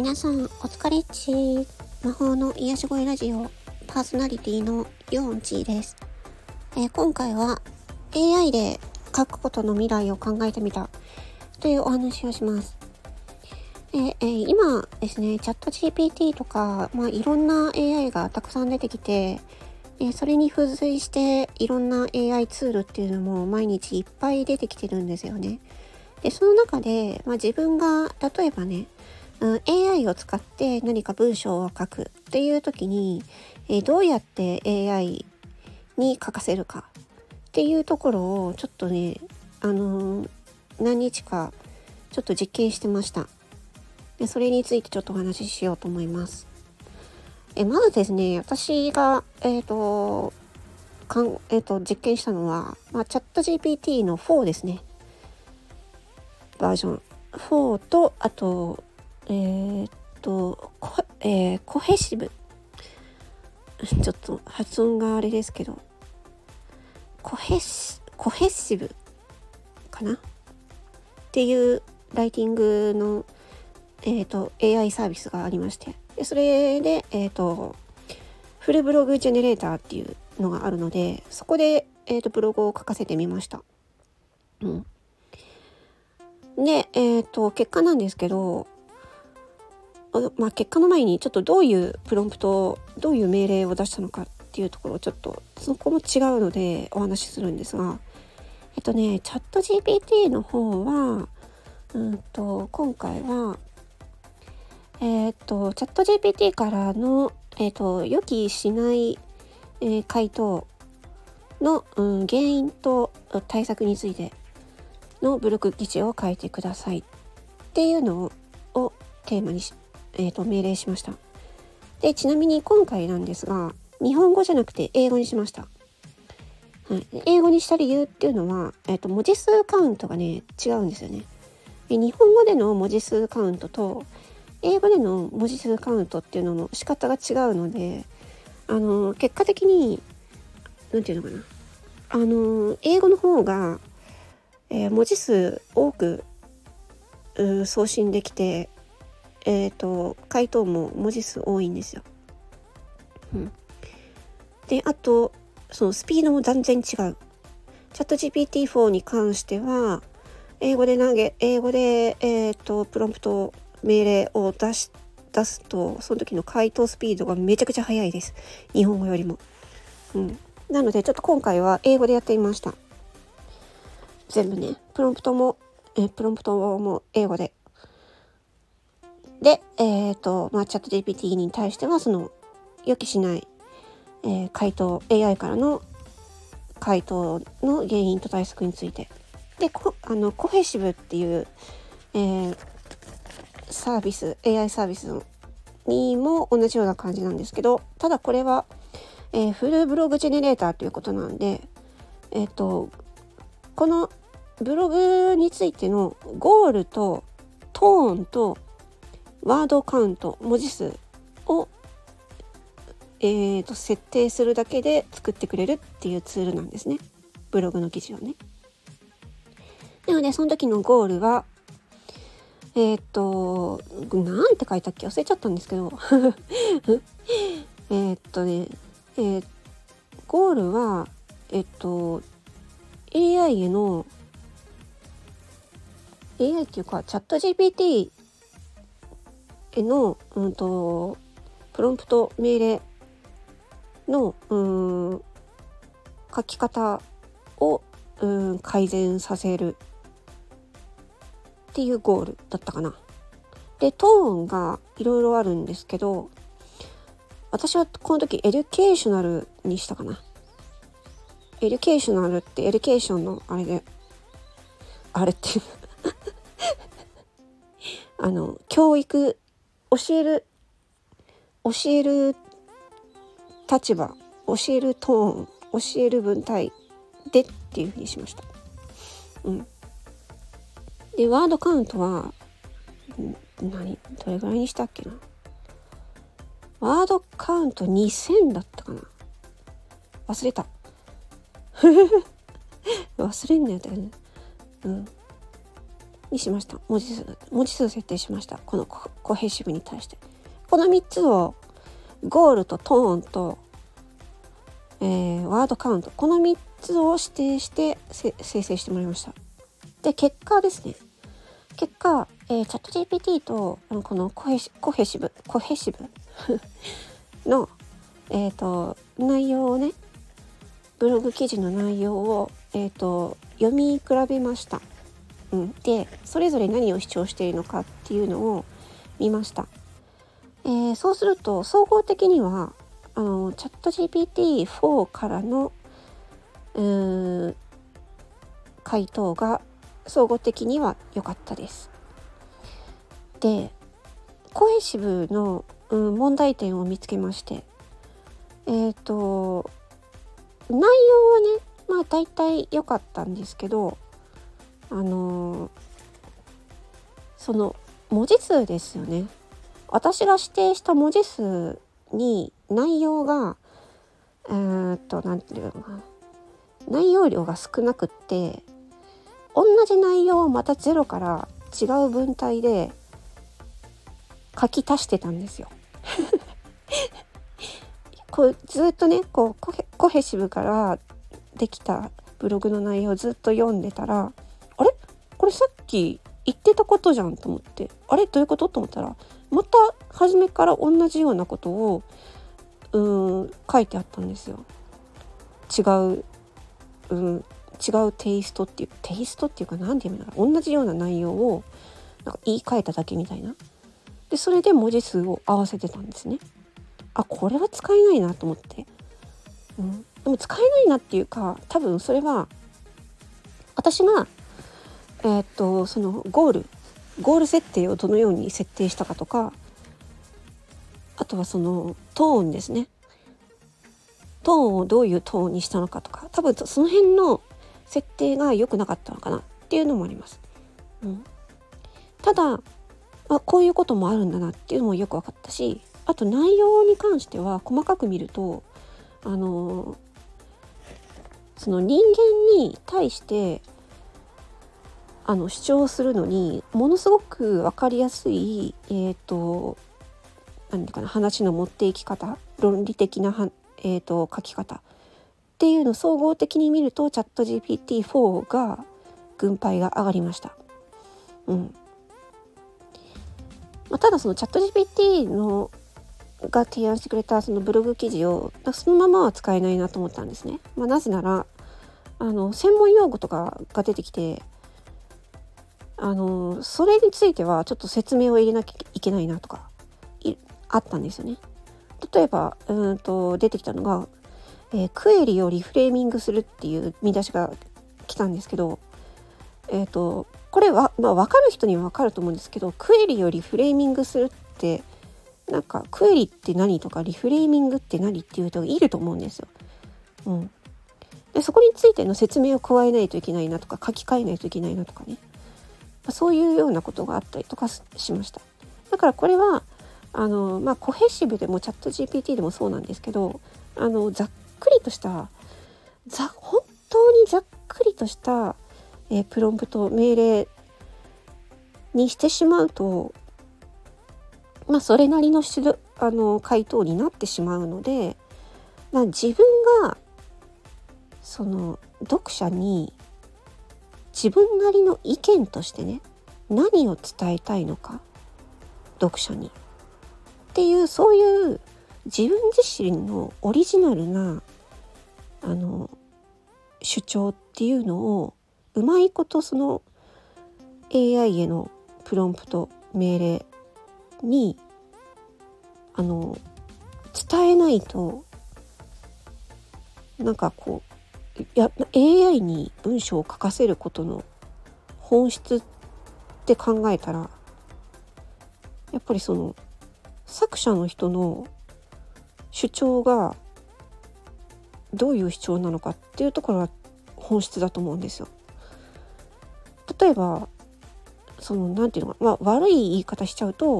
皆さんお疲れっち。魔法の癒し声ラジオパーソナリティのヨンチーです。今回は AI で書くことの未来を考えてみたというお話をします。今ですね、チャット GPT とか、いろんな AI がたくさん出てきて、それに付随していろんな AI ツールっていうのも毎日いっぱい出てきてるんですよね。で、その中で、自分が例えばね、AI を使って何か文章を書くっていう時に、どうやって AI に書かせるかっていうところをちょっとね、何日かちょっと実験してました。でそれについてちょっとお話ししようと思います。まずですね、私が、実験したのは、チャット GPT の4ですね。バージョン4と、あと、コヘシブ。ちょっと発音があれですけど、コヘシブかなっていうライティングの、AI サービスがありまして、でそれで、フルブログジェネレーターっていうのがあるので、そこで、ブログを書かせてみました。で、結果なんですけど、結果の前にちょっとどういうプロンプト、どういう命令を出したのかっていうところをちょっとそこも違うのでお話しするんですが、チャット GPT の方は、今回は、チャット GPT からの、予期しない、回答の、原因と対策についてのブログ記事を書いてくださいっていうのをテーマに命令しました。で、ちなみに今回なんですが、日本語じゃなくて英語にしました。英語にした理由っていうのは、文字数カウントがね、違うんですよね。日本語での文字数カウントと英語での文字数カウントっていうのの仕方が違うので、結果的になんていうのかな、英語の方が、文字数多く送信できて、回答も文字数多いんですよ。で、あとそのスピードも断然違う。チャット GPT-4 に関しては英語でプロンプト命令を出すと、その時の回答スピードがめちゃくちゃ速いです。日本語よりも。なのでちょっと今回は英語でやってみました。全部ね、プロンプトも英語で。で、チャット GPT に対してはその予期しない、回答 AI からの回答の原因と対策について。で、コヘシブっていう、サービス AI サービスにも同じような感じなんですけど、ただこれは、フルブログジェネレーターということなんで、このブログについてのゴールとトーンとワードカウント、文字数を、設定するだけで作ってくれるっていうツールなんですね。ブログの記事をね。なのでその時のゴールはなんて書いたっけ忘れちゃったんですけどゴールはAI への AI っていうかチャット GPT へのプロンプト命令の書き方を改善させるっていうゴールだったかな。で、トーンがいろいろあるんですけど、私はこの時エデュケーショナルにしたかな。エデュケーショナルってエデュケーションのあれで、あれって教育、教える立場、教えるトーン、教える文体でっていう風にしました。で、ワードカウントはどれぐらいにしたっけな。ワードカウント2000だったかな。忘れた忘れんのやったよね。 にしました。文字数設定しました。このコヘシブに対して。この3つをゴールとトーンと、ワードカウント、この3つを指定して生成してもらいました。で、結果ですね。チャット GPT とこのコヘシブの、内容をね、ブログ記事の内容を、読み比べました。で、それぞれ何を主張しているのかっていうのを見ました。そうすると総合的にはチャット GPT-4 からの回答が総合的には良かったです。で、コヘシブの、問題点を見つけまして、内容はね、大体良かったんですけど、その文字数ですよね。私が指定した文字数に内容がなんていうのかな、内容量が少なくって、同じ内容をまたゼロから違う文体で書き足してたんですよ。ずっとね、コヘシブからできたブログの内容をずっと読んでたら、あれこれさっき言ってたことじゃんと思って、あれどういうことと思ったら、また初めから同じようなことを書いてあったんですよ。違うテイストっていうか、なんていうのかな、同じような内容をなんか言い換えただけみたいな。で、それで文字数を合わせてたんですね。これは使えないなと思って、でも使えないなっていうか、多分それは私がそのゴール設定をどのように設定したかとか、あとはそのトーンですね。トーンをどういうトーンにしたのかとか、多分その辺の設定が良くなかったのかなっていうのもあります。ただ、こういうこともあるんだなっていうのもよく分かったし、あと内容に関しては細かく見ると、その人間に対して主張するのにものすごく分かりやすい何ていうかな、話の持っていき方、論理的な書き方っていうのを総合的に見ると、チャット GPT-4 が軍配が上がりました。ただそのチャット GPT が提案してくれたそのブログ記事をそのままは使えないなと思ったんですね。なぜなら専門用語とかが出てきて、それについてはちょっと説明を入れなきゃいけないなとかあったんですよね。例えば出てきたのが、クエリをリフレーミングするっていう見出しが来たんですけど、これは分かる人には分かると思うんですけど、クエリをリフレーミングするってなんかクエリって何とかリフレーミングって何っていう人がいると思うんですよ。でそこについての説明を加えないといけないなとか、書き換えないといけないなとかね、そういうようなことがあったりとかしました。だからこれはコヘシブでもチャット GPT でもそうなんですけど、ざっくりとした本当にざっくりとした、プロンプト命令にしてしまうと、それなりの回答になってしまうので、自分がその読者に自分なりの意見としてね、何を伝えたいのか読者にっていう、そういう自分自身のオリジナルな主張っていうのをうまいことその AI へのプロンプト命令に伝えないと、AI に文章を書かせることの本質って考えたら、やっぱりその作者の人の主張がどういう主張なのかっていうところが本質だと思うんですよ。例えばなんていうのか、悪い言い方しちゃうと、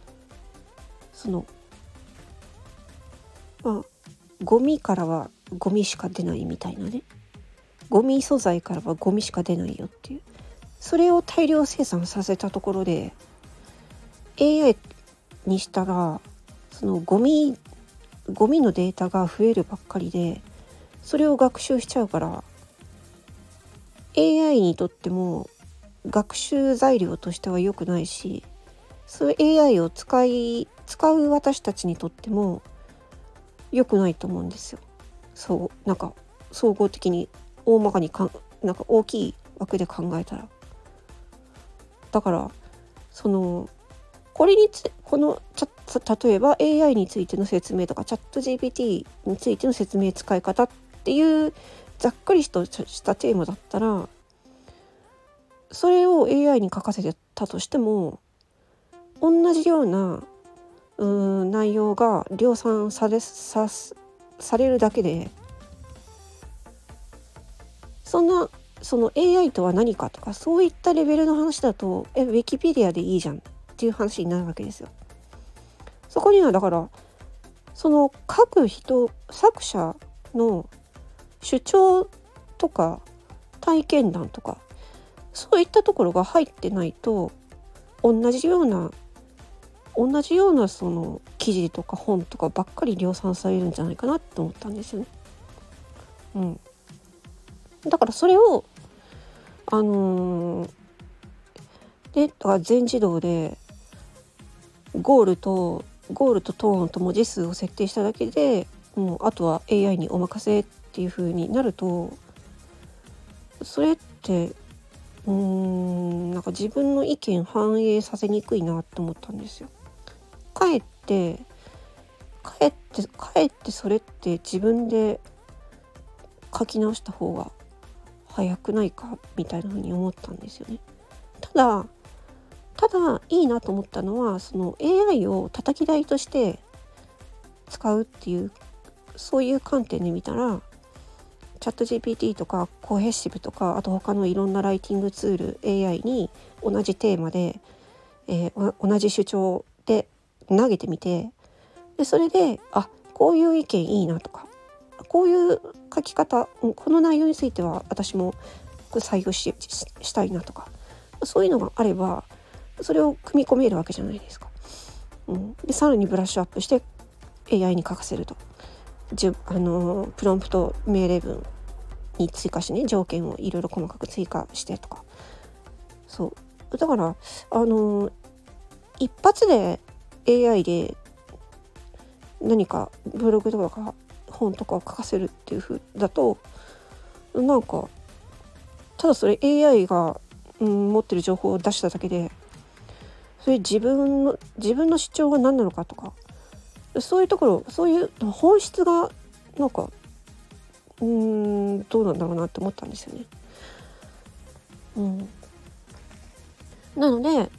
ゴミからはゴミしか出ないみたいなね、ゴミ素材からはゴミしか出ないよっていう、 それを大量生産させたところで AI にしたらそのゴミのデータが増えるばっかりで、それを学習しちゃうから AI にとっても学習材料としては良くないし、そういう AI を使う私たちにとっても良くないと思うんですよ。そうなんか総合的に大まかになんか大きい枠で考えたら、だから例えば AI についての説明とかチャット GPT についての説明使い方っていうざっくりとしたテーマだったら、それを AI に書かせてたとしても同じような内容が量産されるだけで、その AI とは何かとかそういったレベルの話だとウィキペディアでいいじゃんっていう話になるわけですよ。そこにはだからその書く作者の主張とか体験談とかそういったところが入ってないと、同じようなその記事とか本とかばっかり量産されるんじゃないかなって思ったんですよね。だからそれをだから全自動でゴールとトーンと文字数を設定しただけでもうあとは AI にお任せっていう風になると、それってなんか自分の意見反映させにくいなって思ったんですよ。かえってそれって自分で書き直した方が早くないかみたいな風に思ったんですよね。ただいいなと思ったのは、その AI を叩き台として使うっていうそういう観点で見たら、チャット GPT とかコヘッシブとかあと他のいろんなライティングツール AI に同じテーマで、同じ主張で投げてみて、でそれでこういう意見いいなとか、こういう書き方この内容については私も採用したいなとか、そういうのがあればそれを組み込めるわけじゃないですか。でさらにブラッシュアップして AI に書かせると、プロンプト命令文に追加してね、条件をいろいろ細かく追加してとか、そうだから一発で AI で何かブログとか本とかを書かせるっていう風だと、なんかただそれ AI が、持ってる情報を出しただけで、それ自分の主張が何なのかとか、そういうところ、そういう本質がなんかどうなんだろうなって思ったんですよね。なので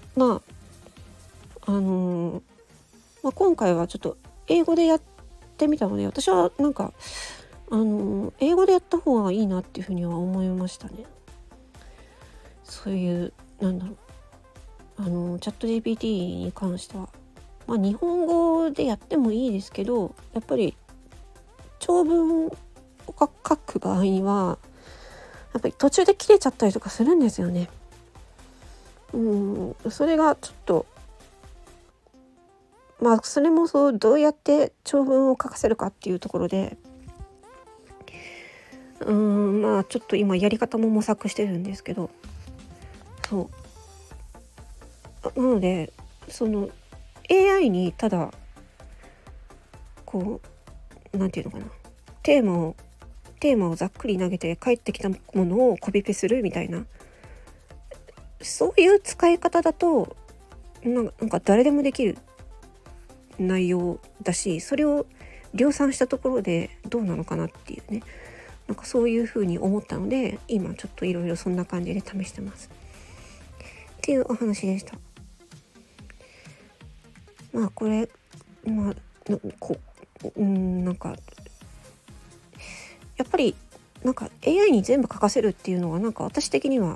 今回はちょっと英語でやってみたので、私はなんか英語でやった方がいいなっていうふうには思いましたね。そういうチャット GPT に関しては日本語でやってもいいですけど、やっぱり長文を書く場合にはやっぱり途中で切れちゃったりとかするんですよね。それがちょっとそれもどうやって長文を書かせるかっていうところでちょっと今やり方も模索してるんですけど、なのでその AI にただなんていうのかな、テーマをざっくり投げて返ってきたものをコピペするみたいな、そういう使い方だとなんか誰でもできる内容だし、それを量産したところでどうなのかなっていうね、なんかそういう風に思ったので、今ちょっといろいろそんな感じで試してますっていうお話でした。これなんかやっぱりなんか AI に全部書かせるっていうのはなんか私的には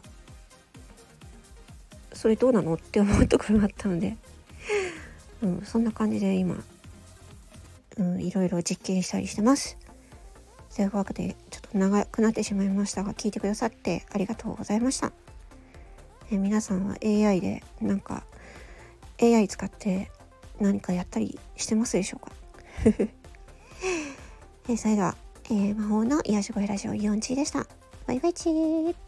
それどうなのって思うところがあったので、そんな感じで今いろいろ実験したりしてます。というわけでちょっと長くなってしまいましたが、聞いてくださってありがとうございました。 皆さんは AI でAI 使って何かやったりしてますでしょうかそれでは、魔法の癒し声ラジオイオンチーでした。バイバイチー。